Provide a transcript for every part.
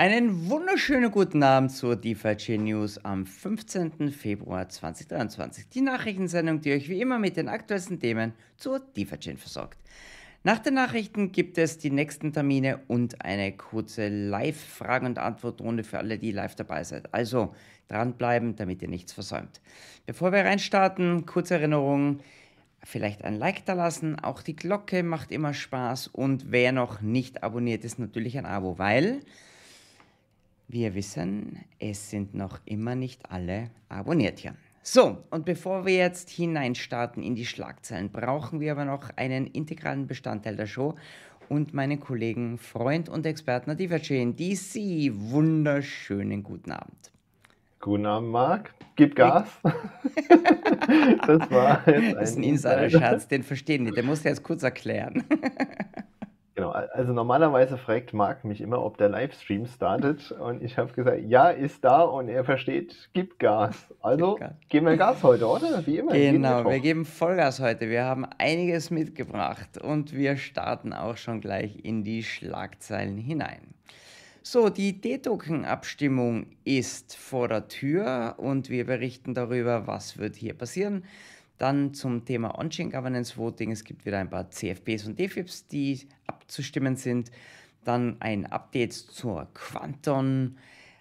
Einen wunderschönen guten Abend zur DeFi News am 15. Februar 2023. Die Nachrichtensendung, die euch wie immer mit den aktuellsten Themen zur DeFi versorgt. Nach den Nachrichten gibt es die nächsten Termine und eine kurze Live-Fragen- und Antwortrunde für alle, die live dabei seid. Also dranbleiben, damit ihr nichts versäumt. Bevor wir reinstarten, kurze Erinnerung. Vielleicht ein Like da lassen, auch die Glocke macht immer Spaß und wer noch nicht abonniert ist, natürlich ein Abo, weil wir wissen, es sind noch immer nicht alle abonniert hier. So, und bevor wir jetzt hineinstarten in die Schlagzeilen, brauchen wir aber noch einen integralen Bestandteil der Show und meinen Kollegen, Freund und Experten der DeFi DC. Wunderschönen guten Abend. Guten Abend, Marc. Gib Gas. Das war jetzt Das ist ein ein Insider. Insider-Schatz, den verstehen die, der muss jetzt kurz erklären. Genau, also normalerweise fragt Marc mich immer, ob der Livestream startet. Und ich habe gesagt, ja, ist da und er versteht, gib Gas. Also geben wir Gas heute, oder? Wie immer, jeden Genau, wir Mittwoch. geben Vollgas heute. Wir haben einiges mitgebracht und wir starten auch schon gleich in die Schlagzeilen hinein. So, die D-Token-Abstimmung ist vor der Tür und wir berichten darüber, was wird hier passieren. Dann zum Thema On-Chain Governance Voting. Es gibt wieder ein paar CFPs und DFIPs, die abzustimmen sind. Dann ein Update zur Quanton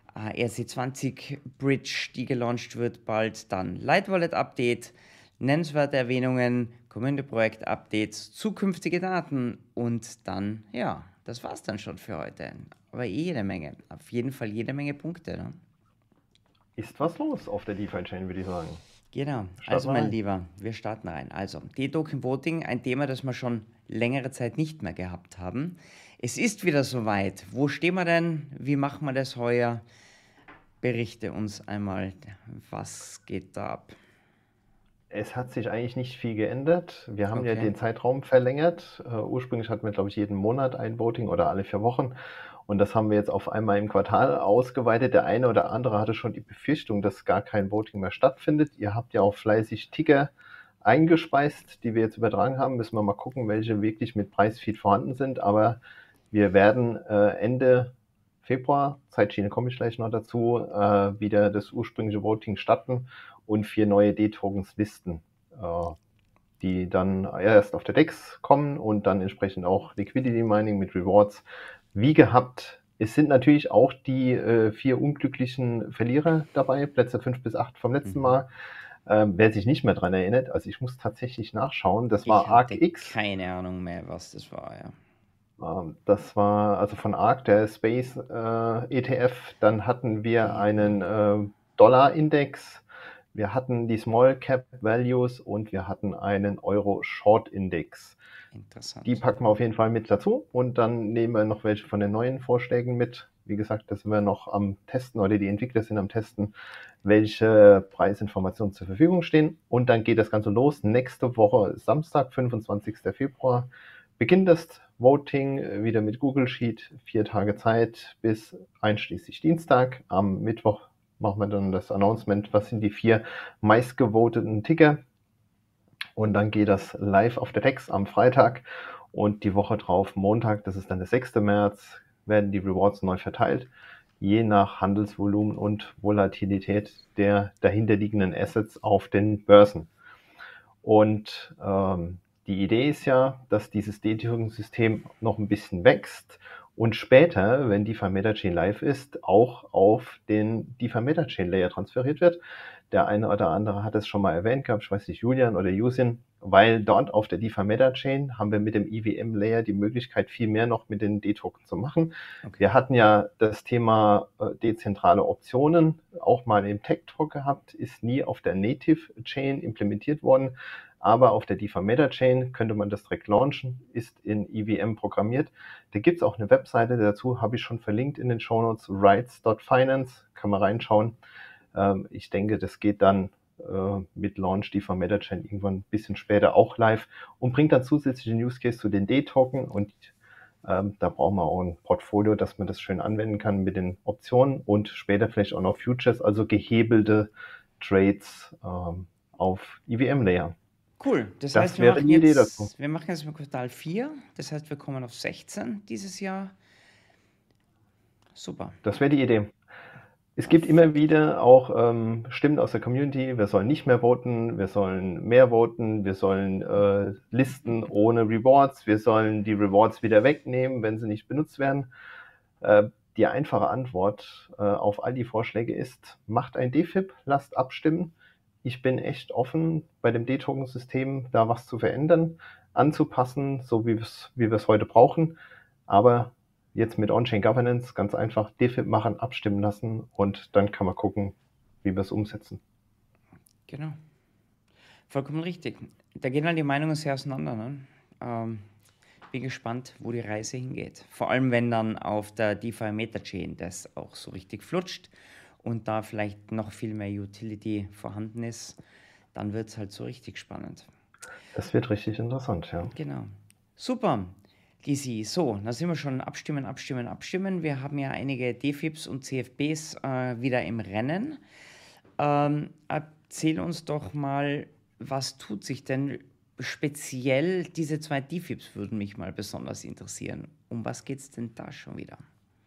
RC20 Bridge, die gelauncht wird bald. Dann Light Wallet Update, nennenswerte Erwähnungen, Community Projekt Updates, zukünftige Daten und dann, ja, das war's dann schon für heute. Aber jede Menge, auf jeden Fall jede Menge Punkte. Ne? Ist was los auf der DeFi-Chain, würde ich sagen. Genau, Starten also wir mein rein. Lieber, wir starten rein. Also, D-Token Voting, ein Thema, das wir schon längere Zeit nicht mehr gehabt haben. Es ist wieder soweit. Wo stehen wir denn? Wie machen wir das heuer? Berichte uns einmal, was geht da ab? Es hat sich eigentlich nicht viel geändert. Wir haben ja Okay. den Zeitraum verlängert. Ursprünglich hatten wir, glaube ich, jeden Monat ein Voting oder alle 4 Wochen. Und das haben wir jetzt auf einmal im Quartal ausgeweitet. Der eine oder andere hatte schon die Befürchtung, dass gar kein Voting mehr stattfindet. Ihr habt ja auch fleißig Ticker eingespeist, die wir jetzt übertragen haben. Müssen wir mal gucken, welche wirklich mit Preisfeed vorhanden sind. Aber wir werden Ende Februar, Zeitschiene komme ich gleich noch dazu, wieder das ursprüngliche Voting starten und 4 neue D-Tokens listen, die dann erst auf der DEX kommen und dann entsprechend auch Liquidity Mining mit Rewards. Wie gehabt, es sind natürlich auch die 4 unglücklichen Verlierer dabei, Plätze 5 bis 8 vom letzten Mal. Wer sich nicht mehr dran erinnert, also ich muss tatsächlich nachschauen, das war Ich hatte ArcX. keine Ahnung mehr, was das war, ja. Das war also von ARC, der Space ETF. Dann hatten wir einen Dollar-Index, wir hatten die Small Cap Values und wir hatten einen Euro Short Index. Interessant. Die packen wir auf jeden Fall mit dazu und dann nehmen wir noch welche von den neuen Vorschlägen mit. Wie gesagt, da sind wir noch am Testen oder die Entwickler sind am Testen, welche Preisinformationen zur Verfügung stehen. Und dann geht das Ganze los. Nächste Woche, Samstag, 25. Februar, beginnt das Voting wieder mit Google Sheet. 4 Tage Zeit bis einschließlich Dienstag. Am Mittwoch machen wir dann das Announcement, was sind die 4 meistgevoteten Ticker. Und dann geht das live auf der DEX am Freitag und die Woche drauf, Montag, das ist dann der 6. März, werden die Rewards neu verteilt, je nach Handelsvolumen und Volatilität der dahinterliegenden Assets auf den Börsen. Und die Idee ist ja, dass dieses D-Token-System noch ein bisschen wächst und später, wenn DeFi MetaChain live ist, auch auf den DeFi MetaChain Layer transferiert wird. Der eine oder andere hat es schon mal erwähnt gehabt, ich weiß nicht, Julian oder Yusin, weil dort auf der DeFi MetaChain haben wir mit dem EVM Layer die Möglichkeit, viel mehr noch mit den D-Token zu machen. Okay. Wir hatten ja das Thema dezentrale Optionen auch mal im Tech Talk gehabt, ist nie auf der Native Chain implementiert worden. Aber auf der DeFi MetaChain könnte man das direkt launchen, ist in EVM programmiert. Da gibt es auch eine Webseite dazu, habe ich schon verlinkt in den Shownotes, rights.finance, kann man reinschauen. Ich denke, das geht dann mit Launch DeFi MetaChain irgendwann ein bisschen später auch live und bringt dann zusätzliche Use Case zu den D-Token und da brauchen wir auch ein Portfolio, dass man das schön anwenden kann mit den Optionen und später vielleicht auch noch Futures, also gehebelte Trades auf EVM-Layer. Cool, das heißt, wir machen jetzt mal Quartal 4, das heißt, wir kommen auf 16 dieses Jahr. super. Das wäre die Idee. Es gibt immer wieder auch Stimmen aus der Community, wir sollen nicht mehr voten, wir sollen mehr voten, wir sollen Listen ohne Rewards, wir sollen die Rewards wieder wegnehmen, wenn sie nicht benutzt werden. Die einfache Antwort auf all die Vorschläge ist, macht ein DFIP, lasst abstimmen. Ich bin echt offen, bei dem D-Token-System da was zu verändern, anzupassen, so wie wir es heute brauchen. Aber jetzt mit On-Chain Governance ganz einfach DFIP machen, abstimmen lassen und dann kann man gucken, wie wir es umsetzen. Genau. Vollkommen richtig. Da gehen halt die Meinungen sehr auseinander. Ne? Bin gespannt, wo die Reise hingeht. Vor allem, wenn dann auf der DeFi Metachain das auch so richtig flutscht und da vielleicht noch viel mehr Utility vorhanden ist, dann wird es halt so richtig spannend. Das wird richtig interessant, ja. Genau. Super. Lisi, so, da sind wir schon abstimmen. Wir haben ja einige DFIPs und CFBs wieder im Rennen. Erzähl uns doch mal, was tut sich denn speziell? Diese 2 DFIPs würden mich mal besonders interessieren. Um was geht es denn da schon wieder?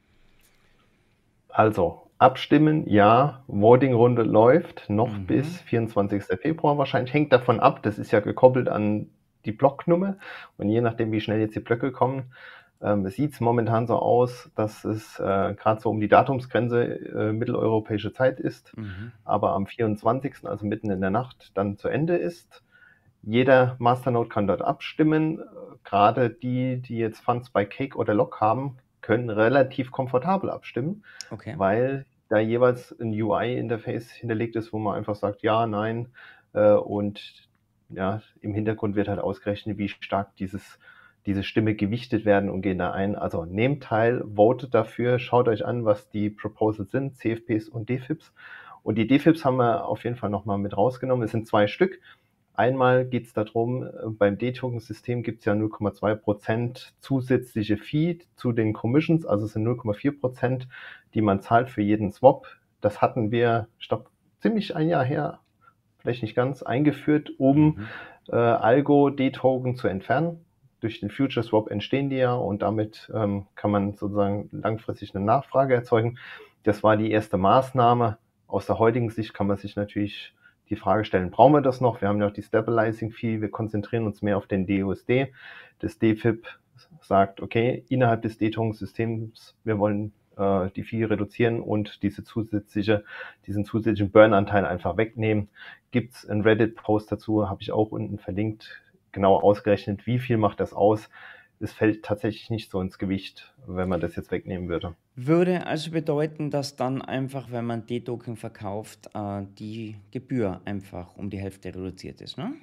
Also, abstimmen, ja, Voting-Runde läuft noch bis 24. Februar wahrscheinlich. Hängt davon ab, das ist ja gekoppelt an die Blocknummer und je nachdem, wie schnell jetzt die Blöcke kommen, sieht es momentan so aus, dass es gerade so um die Datumsgrenze mitteleuropäische Zeit ist, aber am 24., also mitten in der Nacht, dann zu Ende ist. Jeder Masternode kann dort abstimmen. Gerade die jetzt Funds bei Cake oder Lock haben, können relativ komfortabel abstimmen, Okay. weil da jeweils ein UI-Interface hinterlegt ist, wo man einfach sagt, ja, nein, und ja, im Hintergrund wird halt ausgerechnet, wie stark diese Stimme gewichtet werden und gehen da ein. Also nehmt teil, votet dafür, schaut euch an, was die Proposals sind, CFPs und DFIPs. Und die DFIPs haben wir auf jeden Fall nochmal mit rausgenommen. Es sind 2 Stück. Einmal geht es darum, beim D-Token-System gibt es ja 0,2% zusätzliche Fee zu den Commissions, also es sind 0,4%, die man zahlt für jeden Swap. Das hatten wir, ich glaube, ziemlich ein Jahr her, vielleicht nicht ganz, eingeführt, um Algo-D-Token zu entfernen. Durch den Future Swap entstehen die ja und damit kann man sozusagen langfristig eine Nachfrage erzeugen. Das war die erste Maßnahme. Aus der heutigen Sicht kann man sich natürlich die Frage stellen, brauchen wir das noch? Wir haben ja auch die Stabilizing Fee, wir konzentrieren uns mehr auf den DUSD. Das DFIP sagt, okay, innerhalb des D-Token-Systems, wir wollen die Fee reduzieren und diesen zusätzlichen Burn-Anteil einfach wegnehmen. Gibt es einen Reddit-Post dazu, habe ich auch unten verlinkt, genau ausgerechnet, wie viel macht das aus. Es fällt tatsächlich nicht so ins Gewicht, wenn man das jetzt wegnehmen würde. Würde also bedeuten, dass dann einfach, wenn man D-Token verkauft, die Gebühr einfach um die Hälfte reduziert ist, ne?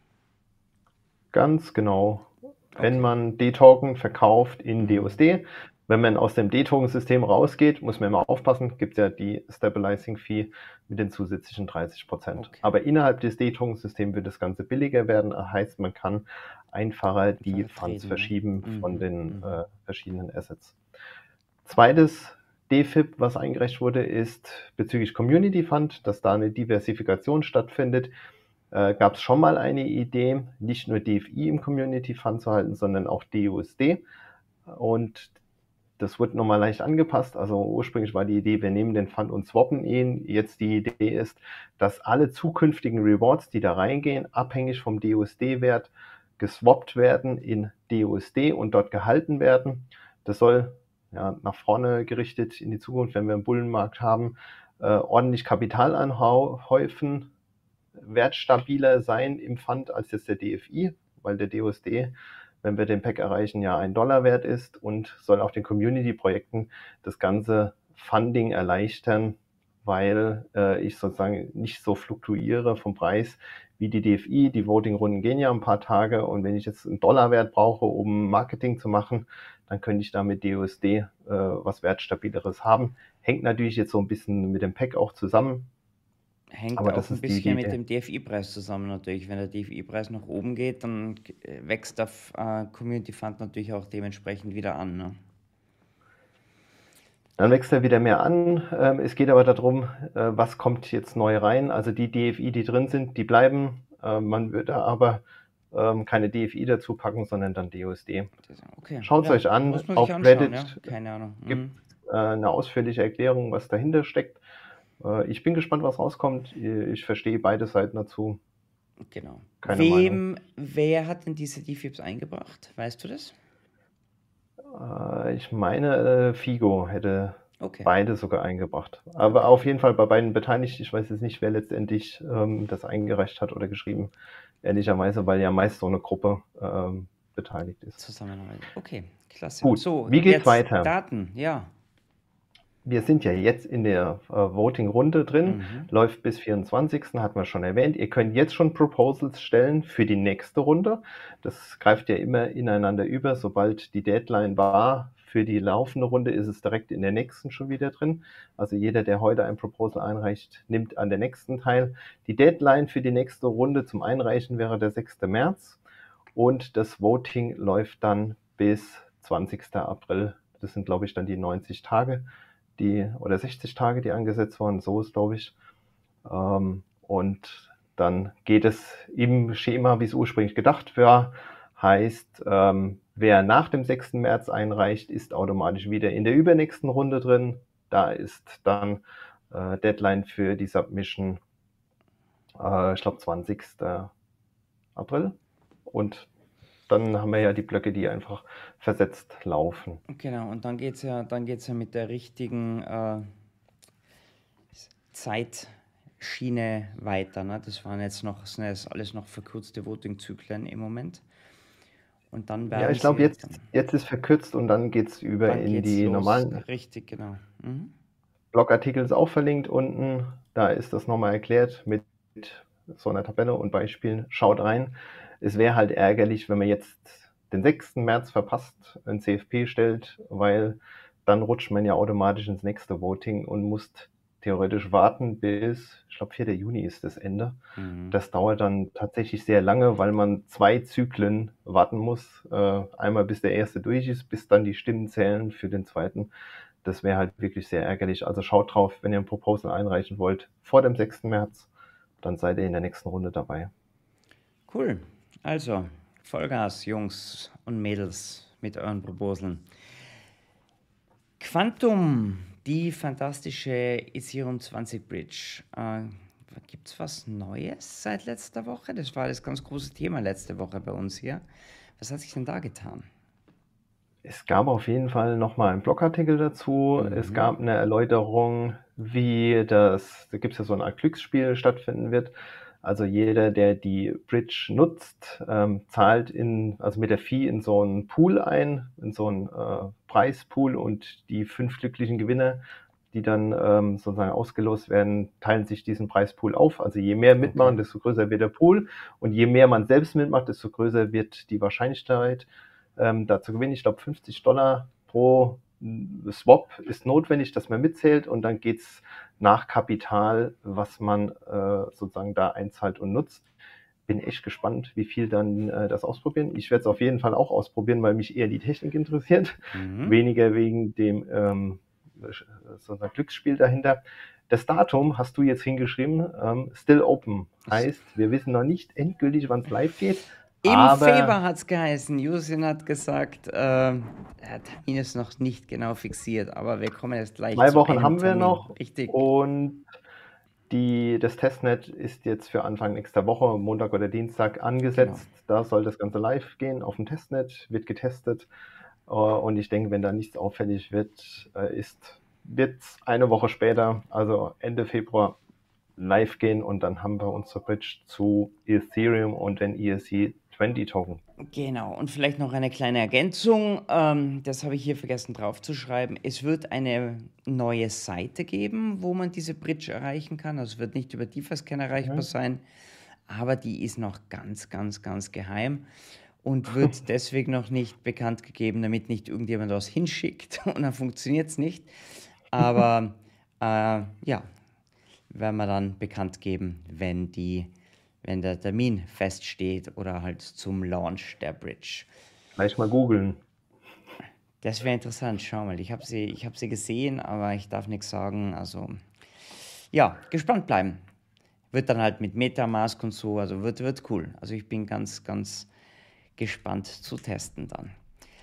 Ganz genau. Wenn man D-Token verkauft in DUSD, wenn man aus dem D-Token-System rausgeht, muss man immer aufpassen, gibt es ja die Stabilizing Fee mit den zusätzlichen 30%. Okay. Aber innerhalb des D-Token-Systems wird das Ganze billiger werden. Das heißt, man kann einfacher die Funds verschieben von den verschiedenen Assets. Zweites DFIP, was eingereicht wurde, ist bezüglich Community Fund, dass da eine Diversifikation stattfindet. Gab es schon mal eine Idee, nicht nur DFI im Community Fund zu halten, sondern auch DUSD. Und das wird nochmal leicht angepasst. Also ursprünglich war die Idee, wir nehmen den Fund und swappen ihn. Jetzt die Idee ist, dass alle zukünftigen Rewards, die da reingehen, abhängig vom DUSD-Wert geswappt werden in DUSD und dort gehalten werden. Das soll ja, nach vorne gerichtet in die Zukunft, wenn wir einen Bullenmarkt haben, ordentlich Kapital anhäufen, wertstabiler sein im Fund als jetzt der DFI, weil der DUSD, wenn wir den Pack erreichen, ja $1 wert ist und soll auch den Community-Projekten das ganze Funding erleichtern, weil ich sozusagen nicht so fluktuiere vom Preis wie die DFI. Die Voting-Runden gehen ja ein paar Tage und wenn ich jetzt $1 wert brauche, um Marketing zu machen, dann könnte ich da mit DUSD was Wertstabileres haben. Hängt natürlich jetzt so ein bisschen mit dem Pack auch zusammen. Hängt Aber auch das ein ist die bisschen Idee. mit dem DFI-Preis zusammen natürlich. Wenn der DFI-Preis nach oben geht, dann wächst der Community Fund natürlich auch dementsprechend wieder an. Ne? Dann wächst er wieder mehr an. Es geht aber darum, was kommt jetzt neu rein. Also die DFI, die drin sind, die bleiben. Man würde aber keine DFI dazu packen, sondern dann DUSD. Okay. Schaut es Ja, euch an. muss man sich Auf anschauen, Reddit ja. Keine Ahnung. gibt eine ausführliche Erklärung, was dahinter steckt. Ich bin gespannt, was rauskommt. Ich verstehe beide Seiten dazu. Genau. Keine Meinung. Wer hat denn diese DFIPs eingebracht? Weißt du das? Ich meine, Figo hätte Okay. beide sogar eingebracht. Aber auf jeden Fall bei beiden beteiligt. Ich weiß jetzt nicht, wer letztendlich das eingereicht hat oder geschrieben. Ehrlicherweise, weil ja meist so eine Gruppe beteiligt ist. Zusammenarbeit. Okay, klasse. Gut, So, wie geht's jetzt weiter? Daten, ja. Wir sind ja jetzt in der Voting-Runde drin, läuft bis 24. Hatten wir schon erwähnt. Ihr könnt jetzt schon Proposals stellen für die nächste Runde. Das greift ja immer ineinander über. Sobald die Deadline war für die laufende Runde, ist es direkt in der nächsten schon wieder drin. Also jeder, der heute ein Proposal einreicht, nimmt an der nächsten teil. Die Deadline für die nächste Runde zum Einreichen wäre der 6. März und das Voting läuft dann bis 20. April. Das sind, glaube ich, dann die 90 Tage. Oder 60 Tage, die angesetzt waren, so ist, glaube ich. Und dann geht es im Schema, wie es ursprünglich gedacht war, heißt, wer nach dem 6. März einreicht, ist automatisch wieder in der übernächsten Runde drin. Da ist dann Deadline für die Submission, ich glaube, 20. April. Und dann haben wir ja die Blöcke, die einfach versetzt laufen. Genau, und dann geht's ja mit der richtigen Zeitschiene weiter. Ne? Das sind jetzt alles noch verkürzte Voting-Zyklen im Moment. Und dann werden Ja, ich glaube, jetzt ist verkürzt und dann geht es über in die normalen. Richtig, genau. Blogartikel ist auch verlinkt unten. Da ist das nochmal erklärt mit so einer Tabelle und Beispielen. Schaut rein. Es wäre halt ärgerlich, wenn man jetzt den 6. März verpasst, ein CFP stellt, weil dann rutscht man ja automatisch ins nächste Voting und muss theoretisch warten bis, ich glaube, 4. Juni ist das Ende. Das dauert dann tatsächlich sehr lange, weil man 2 Zyklen warten muss. Einmal bis der erste durch ist, bis dann die Stimmen zählen für den zweiten. Das wäre halt wirklich sehr ärgerlich. Also schaut drauf, wenn ihr ein Proposal einreichen wollt vor dem 6. März, dann seid ihr in der nächsten Runde dabei. Cool. Also, Vollgas, Jungs und Mädels, mit euren Proposaln. Quantum, die fantastische Ethereum 20 Bridge. Gibt es was Neues seit letzter Woche? Das war das ganz große Thema letzte Woche bei uns hier. Was hat sich denn da getan? Es gab auf jeden Fall nochmal einen Blogartikel dazu. Es gab eine Erläuterung, da gibt es ja so eine Art Glücksspiel stattfinden wird. Also jeder, der die Bridge nutzt, zahlt also mit der Fee in so einen Pool ein, in so einen Preispool, und die 5 glücklichen Gewinner, die dann sozusagen ausgelost werden, teilen sich diesen Preispool auf. Also je mehr mitmachen, desto größer wird der Pool, und je mehr man selbst mitmacht, desto größer wird die Wahrscheinlichkeit, da zu gewinnen. Ich glaube, $50 pro Swap ist notwendig, dass man mitzählt, und dann geht's nach Kapital, was man sozusagen da einzahlt und nutzt. Bin echt gespannt, wie viel dann das ausprobieren. Ich werde es auf jeden Fall auch ausprobieren, weil mich eher die Technik interessiert, weniger wegen dem sozusagen Glücksspiel dahinter. Das Datum hast du jetzt hingeschrieben, still open. Heißt, wir wissen noch nicht endgültig, wann es live geht. Im Februar hat es geheißen. Yusin hat gesagt, der Termin ist noch nicht genau fixiert, aber wir kommen jetzt gleich 2 zu Wochen einem haben wir Termin. noch. Richtig. Und das Testnet ist jetzt für Anfang nächster Woche, Montag oder Dienstag, angesetzt. Da soll das Ganze live gehen auf dem Testnet, wird getestet. Und ich denke, wenn da nichts auffällig wird, wird es eine Woche später, also Ende Februar, live gehen, und dann haben wir unsere Bridge zu Ethereum und den ERC20 Token. Genau, und vielleicht noch eine kleine Ergänzung, das habe ich hier vergessen draufzuschreiben. Es wird eine neue Seite geben, wo man diese Bridge erreichen kann. Also es wird nicht über DeFi-Scan erreichbar sein, aber die ist noch ganz, ganz, ganz geheim und wird deswegen noch nicht bekannt gegeben, damit nicht irgendjemand was hinschickt und dann funktioniert es nicht. Aber ja, werden wir dann bekannt geben, wenn der Termin feststeht oder halt zum Launch der Bridge. Gleich mal googeln. Das wäre interessant, schau mal. Ich habe sie gesehen, aber ich darf nichts sagen. Also ja, gespannt bleiben. Wird dann halt mit Metamask und so, also wird cool. Also ich bin ganz, ganz gespannt zu testen dann.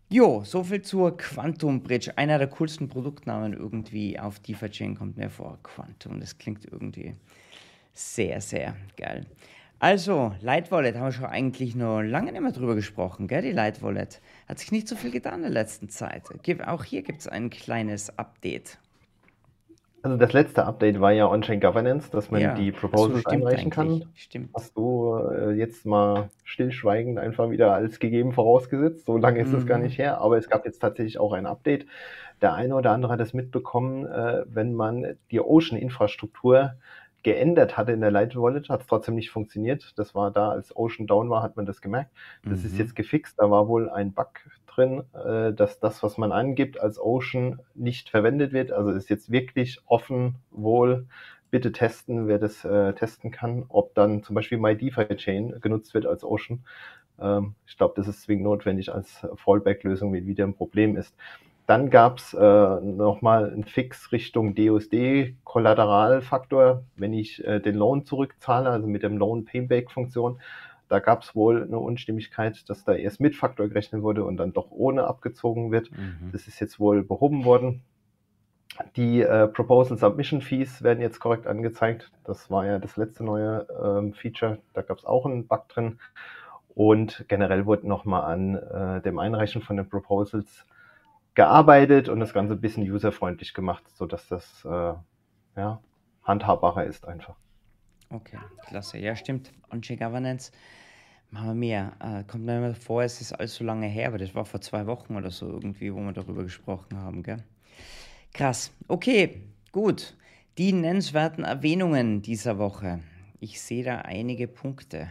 Jo, so viel zur Quantum Bridge. Einer der coolsten Produktnamen irgendwie auf DeFi-Chain kommt mir vor. Quantum, das klingt irgendwie sehr, sehr geil. Also, Light Wallet haben wir schon eigentlich noch lange nicht mehr drüber gesprochen, gell? Die Light Wallet. Hat sich nicht so viel getan in der letzten Zeit. Auch hier gibt es ein kleines Update. Also das letzte Update war ja On-Chain Governance, dass man Ja, die ach so, Proposals stimmt einreichen eigentlich. kann. Stimmt. Hast du jetzt mal stillschweigend einfach wieder als gegeben vorausgesetzt. So lange ist es gar Mhm. nicht her, aber es gab jetzt tatsächlich auch ein Update. Der eine oder andere hat es mitbekommen, wenn man die Ocean-Infrastruktur geändert hatte in der Light Wallet, hat es trotzdem nicht funktioniert. Das war da, als Ocean down war, hat man das gemerkt. Das ist Mhm. jetzt gefixt. Da war wohl ein Bug drin, dass das, was man angibt als Ocean, nicht verwendet wird. Also ist jetzt wirklich offen wohl. Bitte testen, wer das testen kann, ob dann zum Beispiel MyDeFi-Chain genutzt wird als Ocean. Ich glaube, das ist zwingend notwendig als Fallback-Lösung, wenn wieder ein Problem ist. Dann gab es nochmal einen Fix Richtung DUSD-Kollateralfaktor, wenn ich den Loan zurückzahle, also mit dem Loan-Payback-Funktion. Da gab es wohl eine Unstimmigkeit, dass da erst mit Faktor gerechnet wurde und dann doch ohne abgezogen wird. Mhm. Das ist jetzt wohl behoben worden. Die Proposal Submission Fees werden jetzt korrekt angezeigt. Das war ja das letzte neue Feature. Da gab es auch einen Bug drin. Und generell wurde nochmal an dem Einreichen von den Proposals gearbeitet und das Ganze ein bisschen userfreundlich gemacht, sodass das ja, handhabbarer ist einfach. Okay, klasse. Ja, stimmt. On-Chain Governance. Machen wir mehr. Kommt mir immer vor, es ist allzu lange her, aber das war vor 2 Wochen oder so irgendwie, wo wir darüber gesprochen haben, gell? Krass. Okay, gut. Die nennenswerten Erwähnungen dieser Woche. Ich sehe da einige Punkte.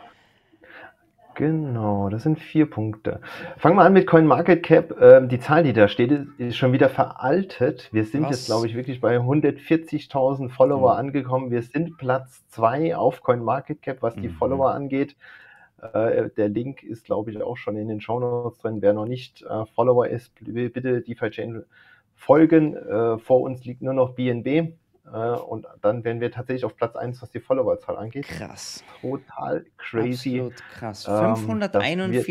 Genau, das sind 4 Punkte. Fangen wir an mit CoinMarketCap. Die Zahl, die da steht, ist schon wieder veraltet. Wir sind jetzt, glaube Was? ich, wirklich bei 140.000 Follower Oh. angekommen. Wir sind Platz 2 auf CoinMarketCap, was die Mhm. Follower angeht. Der Link ist, glaube ich, auch schon in den Shownotes drin. Wer noch nicht Follower ist, bitte DeFi-Chain folgen. Vor uns liegt nur noch BNB. Und dann wären wir tatsächlich auf Platz 1, was die Followerzahl angeht. Krass. Total crazy. Absolut krass. Das wird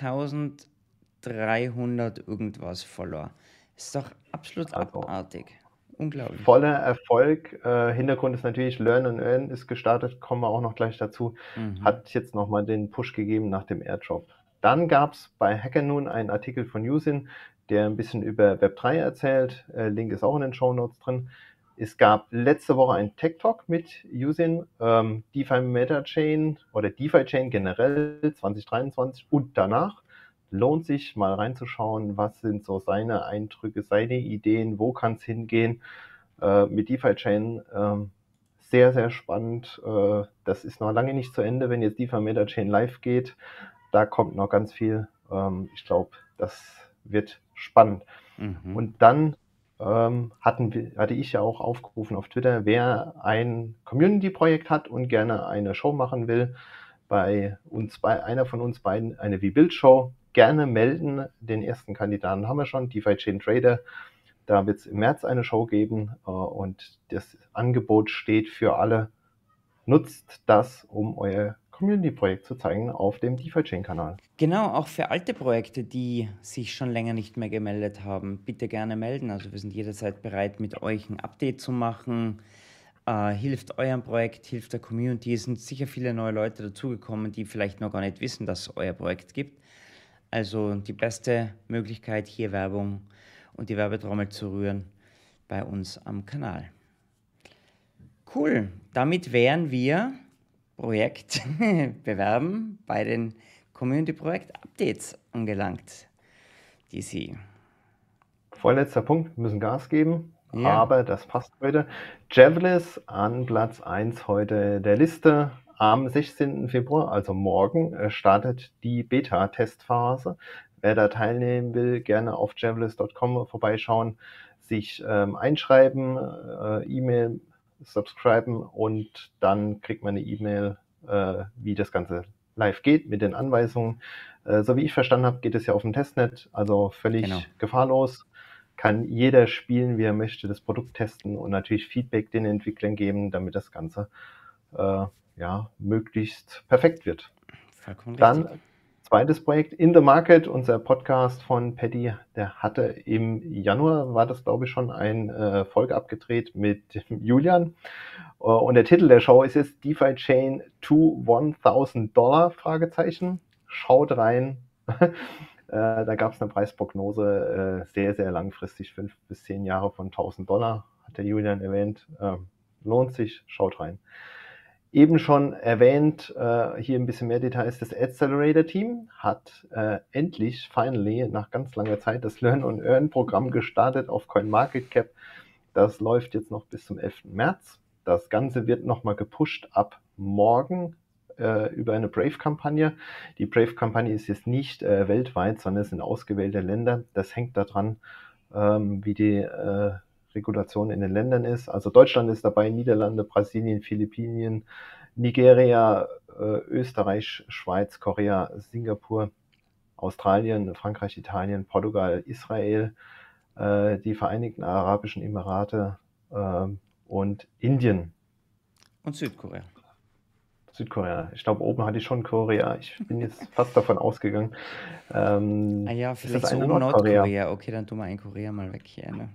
541.300 irgendwas Follower. Ist doch absolut also abartig. Unglaublich. voller Erfolg. Hintergrund ist natürlich Learn and Earn ist gestartet, kommen wir auch noch gleich dazu. Mhm. Hat jetzt nochmal den Push gegeben nach dem Airdrop. Dann gab es bei HackerNoon einen Artikel von Yusin, der ein bisschen über Web3 erzählt. Link ist auch in den Shownotes drin. Es gab letzte Woche einen Tech Talk mit Yusin, DeFi Metachain oder DeFi Chain generell 2023 und danach. Lohnt sich mal reinzuschauen, was sind so seine Eindrücke, seine Ideen, wo kann es hingehen mit DeFi-Chain. Sehr, sehr spannend. Das ist noch lange nicht zu Ende, wenn jetzt DeFi Metachain live geht. Da kommt noch ganz viel. Ich glaube, das wird spannend. Mhm. Und dann hatte ich ja auch aufgerufen auf Twitter, wer ein Community-Projekt hat und gerne eine Show machen will, bei uns, bei einer von uns beiden, eine V-Build-Show, gerne melden. Den ersten Kandidaten haben wir schon, DeFi Chain Trader. Da wird es im März eine Show geben und das Angebot steht für alle. Nutzt das, um euer Community-Projekt zu zeigen auf dem DeFi Chain-Kanal. Genau, auch für alte Projekte, die sich schon länger nicht mehr gemeldet haben, bitte gerne melden. Also wir sind jederzeit bereit, mit euch ein Update zu machen. Hilft eurem Projekt, hilft der Community. Es sind sicher viele neue Leute dazugekommen, die vielleicht noch gar nicht wissen, dass es euer Projekt gibt. Also die beste Möglichkeit, hier Werbung und die Werbetrommel zu rühren bei uns am Kanal. Cool, damit wären wir Projekt bewerben bei den Community-Projekt-Updates angelangt, die Sie. Vorletzter Punkt, wir müssen Gas geben, Ja, aber das passt heute. Javelis an Platz 1 heute der Liste. Am 16. Februar, also morgen, startet die Beta-Testphase. Wer da teilnehmen will, gerne auf javelis.com vorbeischauen, sich einschreiben, E-Mail subscriben und dann kriegt man eine E-Mail, wie das Ganze live geht mit den Anweisungen. So wie ich verstanden habe, geht es ja auf dem Testnet, also völlig genau. gefahrlos. Kann jeder spielen, wie er möchte, das Produkt testen und natürlich Feedback den Entwicklern geben, damit das Ganze ja, möglichst perfekt wird. Vollkommen richtig. Dann Zweites Projekt, In the Market, unser Podcast von Paddy, der hatte im Januar, war das glaube ich schon, eine Folge abgedreht mit Julian. Und der Titel der Show ist jetzt DeFi Chain to $1,000, Fragezeichen. Schaut rein. Da gab es eine Preisprognose, sehr, sehr langfristig, 5 bis 10 Jahre von $1.000, hat der Julian erwähnt. Lohnt sich, schaut rein. Eben schon erwähnt, hier ein bisschen mehr Details, das Accelerator-Team hat endlich, finally, nach ganz langer Zeit das Learn-and-Earn-Programm gestartet auf CoinMarketCap. Das läuft jetzt noch bis zum 11. März. Das Ganze wird nochmal gepusht ab morgen über eine Brave-Kampagne. Die Brave-Kampagne ist jetzt nicht weltweit, sondern es sind ausgewählte Länder. Das hängt daran, wie die Regulation in den Ländern ist. Also Deutschland ist dabei, Niederlande, Brasilien, Philippinen, Nigeria, Österreich, Schweiz, Korea, Singapur, Australien, Frankreich, Italien, Portugal, Israel, die Vereinigten Arabischen Emirate und Indien. Und Südkorea. Südkorea. Ich glaube, oben hatte ich schon Korea. Ich bin jetzt fast davon ausgegangen. Ja, vielleicht so oben Nordkorea. Okay, dann tun wir ein Korea mal weg hier. Ne?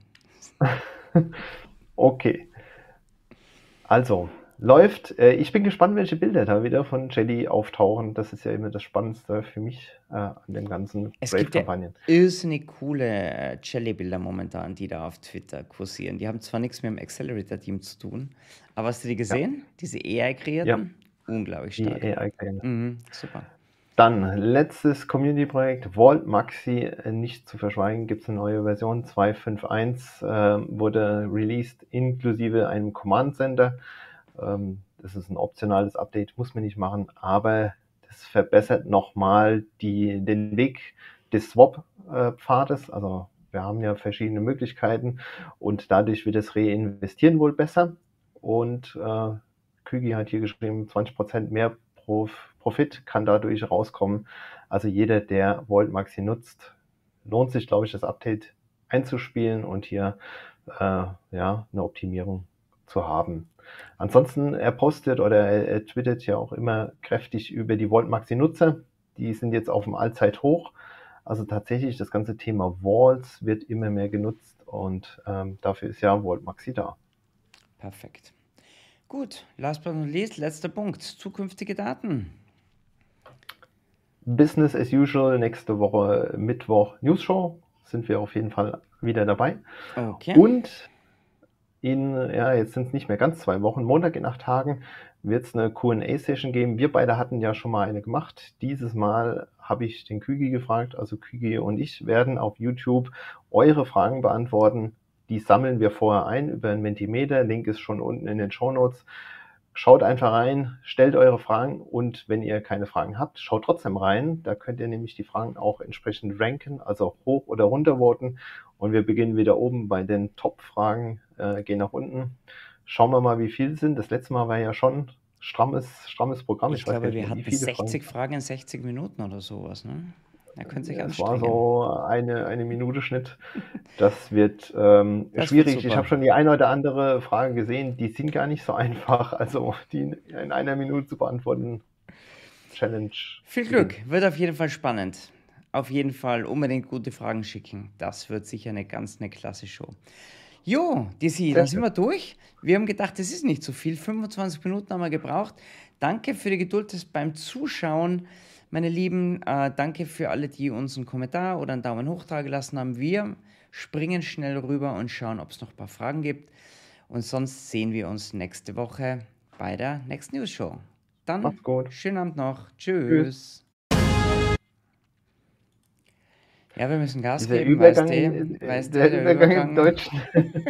Okay. Also, läuft. Ich bin gespannt, welche Bilder da wieder von Jelly auftauchen. Das ist ja immer das Spannendste für mich an den ganzen Brave-Kampagnen. Es gibt ja irrsinnig coole Jelly-Bilder momentan, die da auf Twitter kursieren. Die haben zwar nichts mit dem Accelerator-Team zu tun, aber hast du die gesehen? Ja. Diese AI-kreierten? Ja. Unglaublich stark. Die AI-kreierten. Super. Dann, letztes Community-Projekt, Vault Maxi, nicht zu verschweigen, gibt es eine neue Version, 2.5.1, wurde released inklusive einem Command-Center. Das ist ein optionales Update, muss man nicht machen, aber das verbessert nochmal den Weg des Swap-Pfades. Also wir haben ja verschiedene Möglichkeiten und dadurch wird das Reinvestieren wohl besser. Und Kügi hat hier geschrieben, 20% mehr Profit kann dadurch rauskommen. Also jeder, der Vault Maxi nutzt, lohnt sich, glaube ich, das Update einzuspielen und hier eine Optimierung zu haben. Ansonsten, er postet oder er twittert ja auch immer kräftig über die Vault Maxi Nutzer. Die sind jetzt auf dem Allzeithoch. Also tatsächlich, das ganze Thema Vaults wird immer mehr genutzt und dafür ist ja Vault Maxi da. Perfekt. Gut, last but not least, letzter Punkt. Zukünftige Daten. Business as usual, nächste Woche Mittwoch News-Show. Sind wir auf jeden Fall wieder dabei. Okay. Und jetzt sind es nicht mehr ganz 2 Wochen, Montag in 8 Tagen wird es eine Q&A-Session geben. Wir beide hatten ja schon mal eine gemacht. Dieses Mal habe ich den Kügi gefragt, also Kügi und ich werden auf YouTube eure Fragen beantworten. Die sammeln wir vorher ein über ein Mentimeter. Link ist schon unten in den Shownotes. Schaut einfach rein, stellt eure Fragen und wenn ihr keine Fragen habt, schaut trotzdem rein. Da könnt ihr nämlich die Fragen auch entsprechend ranken, also hoch oder runter voten. Und wir beginnen wieder oben bei den Top-Fragen, gehen nach unten. Schauen wir mal, wie viele sind. Das letzte Mal war ja schon strammes Programm. Ich glaube, wir hatten 60 Fragen in 60 Minuten oder sowas, ne? Da könnt ihr sich anstrengen. Das war so eine Minute Schnitt. Das wird schwierig. Ich habe schon die eine oder andere Frage gesehen, die sind gar nicht so einfach. Also die in einer Minute zu beantworten, Challenge. Viel Glück, wird auf jeden Fall spannend. Auf jeden Fall unbedingt gute Fragen schicken. Das wird sicher eine klasse Show. Jo, DC, dann sind wir durch. Wir haben gedacht, das ist nicht so viel. 25 Minuten haben wir gebraucht. Danke für die Geduld beim Zuschauen. Meine Lieben, danke für alle, die uns einen Kommentar oder einen Daumen hoch dagelassen haben. Wir springen schnell rüber und schauen, ob es noch ein paar Fragen gibt. Und sonst sehen wir uns nächste Woche bei der Next News Show. Dann macht's gut. Schönen Abend noch. Tschüss. Ja, wir müssen Gas geben, weißt du, der Übergang im Deutschen.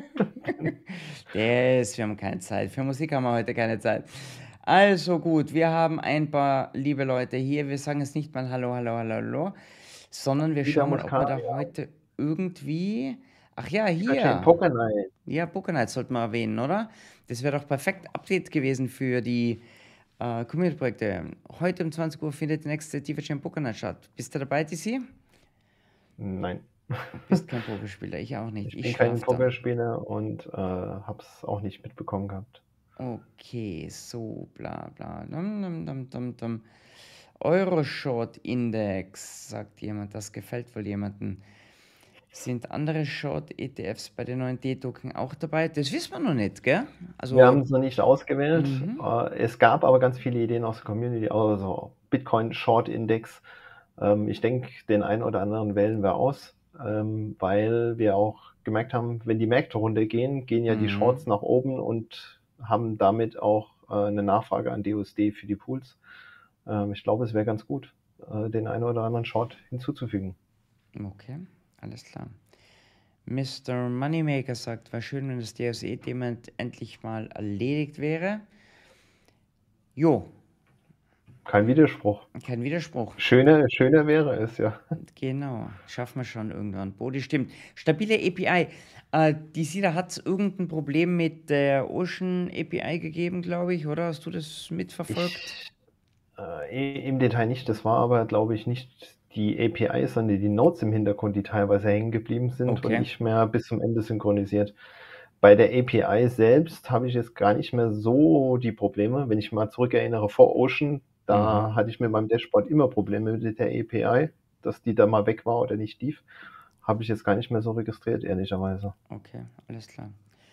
Wir haben keine Zeit. Für Musik haben wir heute keine Zeit. Also gut, wir haben ein paar liebe Leute hier. Wir sagen jetzt nicht mal Hallo, sondern wir schauen mal, ob wir da heute irgendwie... Ach ja, hier. Poker Night. Ja, Poker Night sollten wir erwähnen, oder? Das wäre doch perfekt Update gewesen für die Community-Projekte. Heute um 20 Uhr findet die nächste DeFi Chain Poker Night statt. Bist du dabei, DC? Nein. Du bist kein Pokerspieler, ich auch nicht. Ich bin kein Pokerspieler und habe es auch nicht mitbekommen gehabt. Okay, so bla bla. Euro-Short-Index, sagt jemand, das gefällt wohl jemandem. Sind andere Short-ETFs bei den neuen D-Token auch dabei? Das wissen wir noch nicht, gell? Wir Also, haben es noch nicht ausgewählt. mhm. Es gab aber ganz viele Ideen aus der Community, also Bitcoin Short Index. Ich denke, den einen oder anderen wählen wir aus, weil wir auch gemerkt haben, wenn die Märkte runtergehen, gehen ja die Shorts nach oben und haben damit auch eine Nachfrage an DUSD für die Pools. Ich glaube, es wäre ganz gut, den einen oder anderen Short hinzuzufügen. Okay, alles klar. Mr. Moneymaker sagt, wäre schön, wenn das DSE-Thema endlich mal erledigt wäre. Jo, Kein Widerspruch. kein Widerspruch. Schöner wäre es, ja. Genau, schaffen wir schon irgendwann. Bodi, stimmt. Stabile API. Die SIDA hat irgendein Problem mit der Ocean API gegeben, glaube ich, oder? Hast du das mitverfolgt? Im Detail nicht. Das war aber, glaube ich, nicht die API, sondern die Nodes im Hintergrund, die teilweise hängen geblieben sind und Okay. nicht mehr bis zum Ende synchronisiert. Bei der API selbst habe ich jetzt gar nicht mehr so die Probleme. Wenn ich mal zurückerinnere, vor Ocean, da hatte ich mit meinem Dashboard immer Probleme mit der API, dass die da mal weg war oder nicht lief. Habe ich jetzt gar nicht mehr so registriert, ehrlicherweise. Okay, alles klar.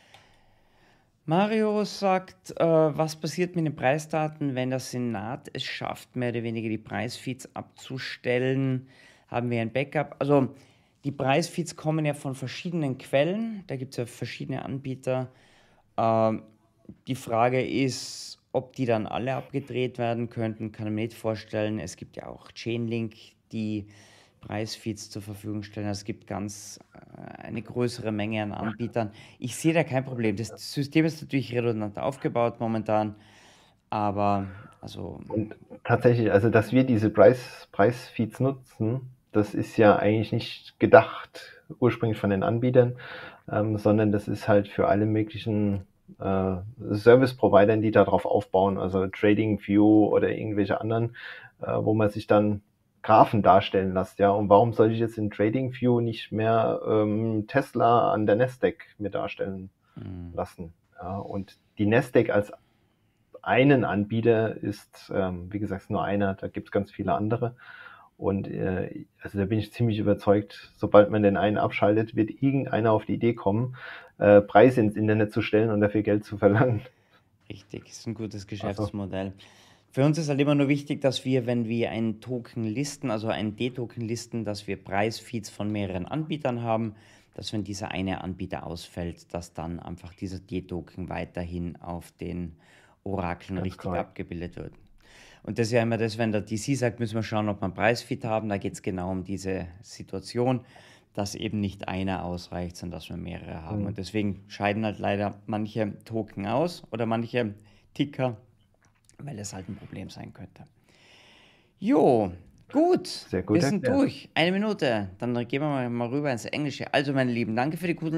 Mario sagt, was passiert mit den Preisdaten, wenn der Senat es schafft, mehr oder weniger die Preisfeeds abzustellen? Haben wir ein Backup? Also die Preisfeeds kommen ja von verschiedenen Quellen, da gibt es ja verschiedene Anbieter. Die Frage ist, ob die dann alle abgedreht werden könnten, kann ich mir nicht vorstellen. Es gibt ja auch Chainlink, die Preisfeeds zur Verfügung stellen. Also es gibt ganz eine größere Menge an Anbietern. Ich sehe da kein Problem. Das System ist natürlich redundant aufgebaut momentan, aber also Und tatsächlich, also dass wir diese Preisfeeds nutzen, das ist ja eigentlich nicht gedacht ursprünglich von den Anbietern, sondern das ist halt für alle möglichen Service-Providern, die darauf aufbauen, also TradingView oder irgendwelche anderen, wo man sich dann Graphen darstellen lässt. Ja, und warum soll ich jetzt in TradingView nicht mehr Tesla an der Nasdaq mir darstellen lassen? Ja, und die Nasdaq als einen Anbieter ist, wie gesagt, nur einer, da gibt es ganz viele andere. Und also da bin ich ziemlich überzeugt, sobald man den einen abschaltet, wird irgendeiner auf die Idee kommen, Preise ins Internet zu stellen und dafür Geld zu verlangen. richtig, ist ein gutes Also, Geschäftsmodell. Für uns ist halt immer nur wichtig, dass wir, wenn wir einen Token listen, also einen D-Token listen, dass wir Preisfeeds von mehreren Anbietern haben, dass wenn dieser eine Anbieter ausfällt, dass dann einfach dieser D-Token weiterhin auf den Orakeln ganz richtig korrekt. abgebildet wird. Und das ist ja immer das, wenn der DC sagt, müssen wir schauen, ob wir einen Preisfeed haben. Da geht es genau um diese Situation, dass eben nicht einer ausreicht, sondern dass wir mehrere haben. Und deswegen scheiden halt leider manche Token aus oder manche Ticker, weil es halt ein Problem sein könnte. Jo, gut, Sehr wir gut sind erklärt. durch. Eine Minute, dann gehen wir mal rüber ins Englische. Also, meine Lieben, danke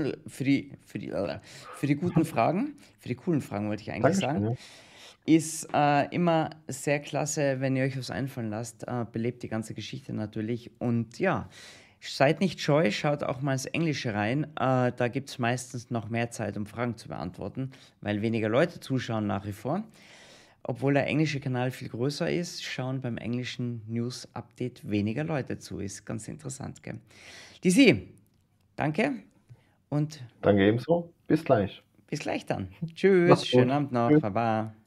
für die guten Fragen, für die coolen Fragen, wollte ich eigentlich Dankeschön. sagen. Ja. Ist immer sehr klasse, wenn ihr euch was einfallen lasst. Belebt die ganze Geschichte natürlich. Und ja, seid nicht scheu, schaut auch mal ins Englische rein. Da gibt es meistens noch mehr Zeit, um Fragen zu beantworten, weil weniger Leute zuschauen nach wie vor. Obwohl der englische Kanal viel größer ist, schauen beim englischen News-Update weniger Leute zu. Ist ganz interessant, gell? DC, danke und Danke ebenso. Bis gleich. bis gleich dann. Tschüss, Macht's schönen gut. Abend noch. Tschüss. Baba.